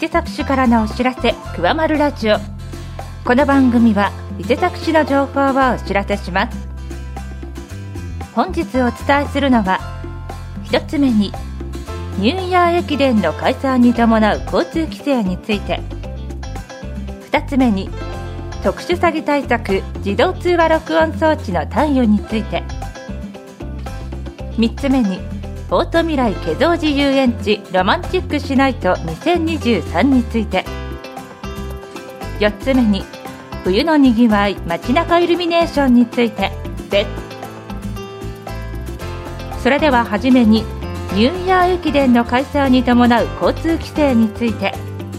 伊勢崎市からのお知らせ、くわまるラジオ。この番組は伊勢崎市の情報をお知らせします。本日お伝えするのは、一つ目にニューイヤー駅伝の開催に伴う交通規制について、二つ目に特殊詐欺対策自動通話録音装置の貸与について、三つ目にオート未来華蔵寺遊園地ロマンチックしないと2023について、4つ目に冬のにぎわい街中イルミネーションについてです。それでははじめにニューイヤー駅伝の開催に伴う交通規制について。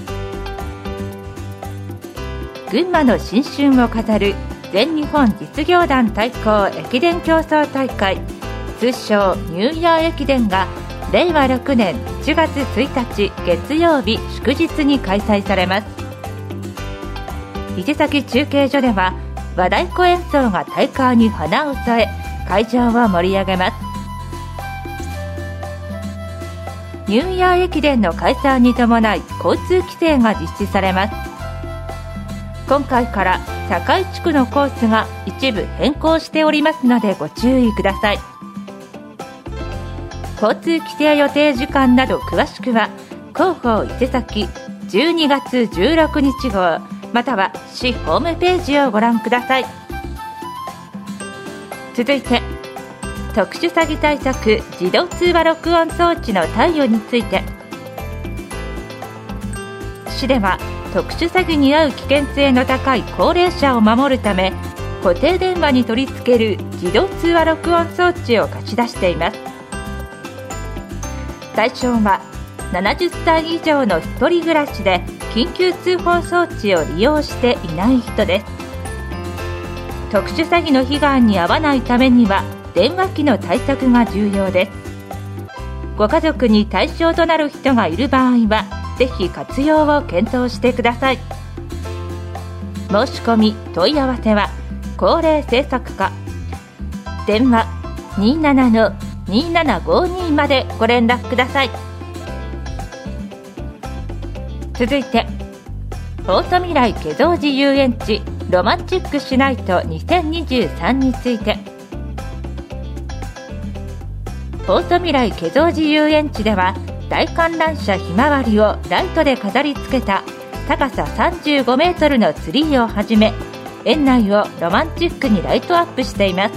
群馬の新春を飾る全日本実業団対抗駅伝競争大会、通称ニューイヤー駅伝が令和6年1月1日月曜日祝日に開催されます。伊勢崎中継所では和太鼓演奏が大会に花を添え、会場を盛り上げます。ニューイヤー駅伝の開催に伴い交通規制が実施されます。今回から堺地区のコースが一部変更しておりますのでご注意ください。交通規制予定時間など詳しくは広報伊勢崎12月16日号または市ホームページをご覧ください。続いて特殊詐欺対策自動通話録音装置の貸与について、市では特殊詐欺に遭う危険性の高い高齢者を守るため、固定電話に取り付ける自動通話録音装置を貸し出しています。対象は70歳以上の一人暮らしで緊急通報装置を利用していない人です。特殊詐欺の被害に遭わないためには電話機の対策が重要です。ご家族に対象となる人がいる場合はぜひ活用を検討してください。申し込み問い合わせは高齢政策課電話 27-2752 までご連絡ください。続いてオート未来華蔵寺遊園地ロマンチックしないと2023について、オート未来華蔵寺遊園地では大観覧車ひまわりをライトで飾り付けた高さ35メートルのツリーをはじめ、園内をロマンチックにライトアップしています。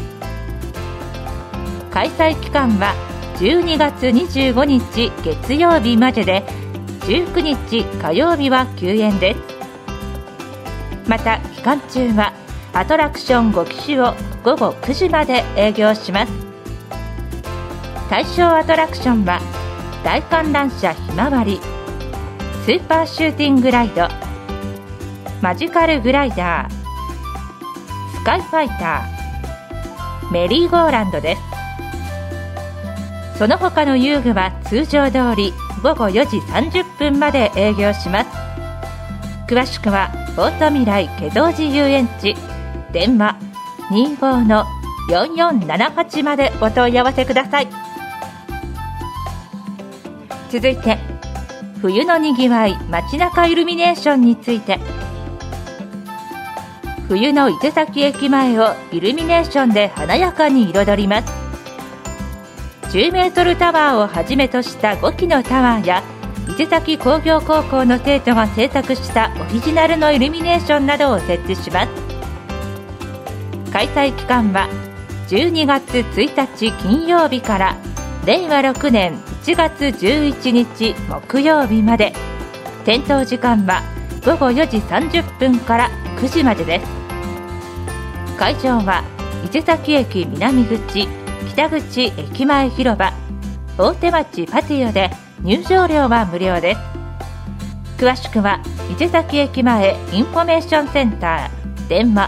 開催期間は12月25日月曜日までで、19日火曜日は休園です。また期間中はアトラクション5機種を午後9時まで営業します。対象アトラクションは大観覧車ひまわり、スーパーシューティングライド、マジカルグライダー、スカイファイター、メリーゴーランドです。その他の遊具は通常通り午後4時30分まで営業します。詳しくはオート未来華蔵寺遊園地電話 25-4478 までお問い合わせください。続いて冬のにぎわい街中イルミネーションについて、冬の伊勢崎駅前をイルミネーションで華やかに彩ります。10メートルタワーをはじめとした5基のタワーや伊勢崎工業高校の生徒が制作したオリジナルのイルミネーションなどを設置します。開催期間は12月1日金曜日から令和6年1月11日木曜日まで、点灯時間は午後4時30分から9時までです。会場は伊勢崎駅南口北口駅前広場大手町パティオで、入場料は無料です。詳しくは伊勢崎駅前インフォメーションセンター電話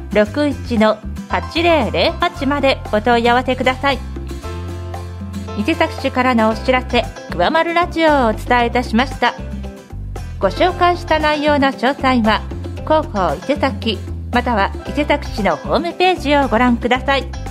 61-8008 までお問い合わせください。伊勢崎市からのお知らせ、くわまるラジオをお伝えいたしました。ご紹介した内容の詳細は広報伊勢崎または伊勢崎市のホームページをご覧ください。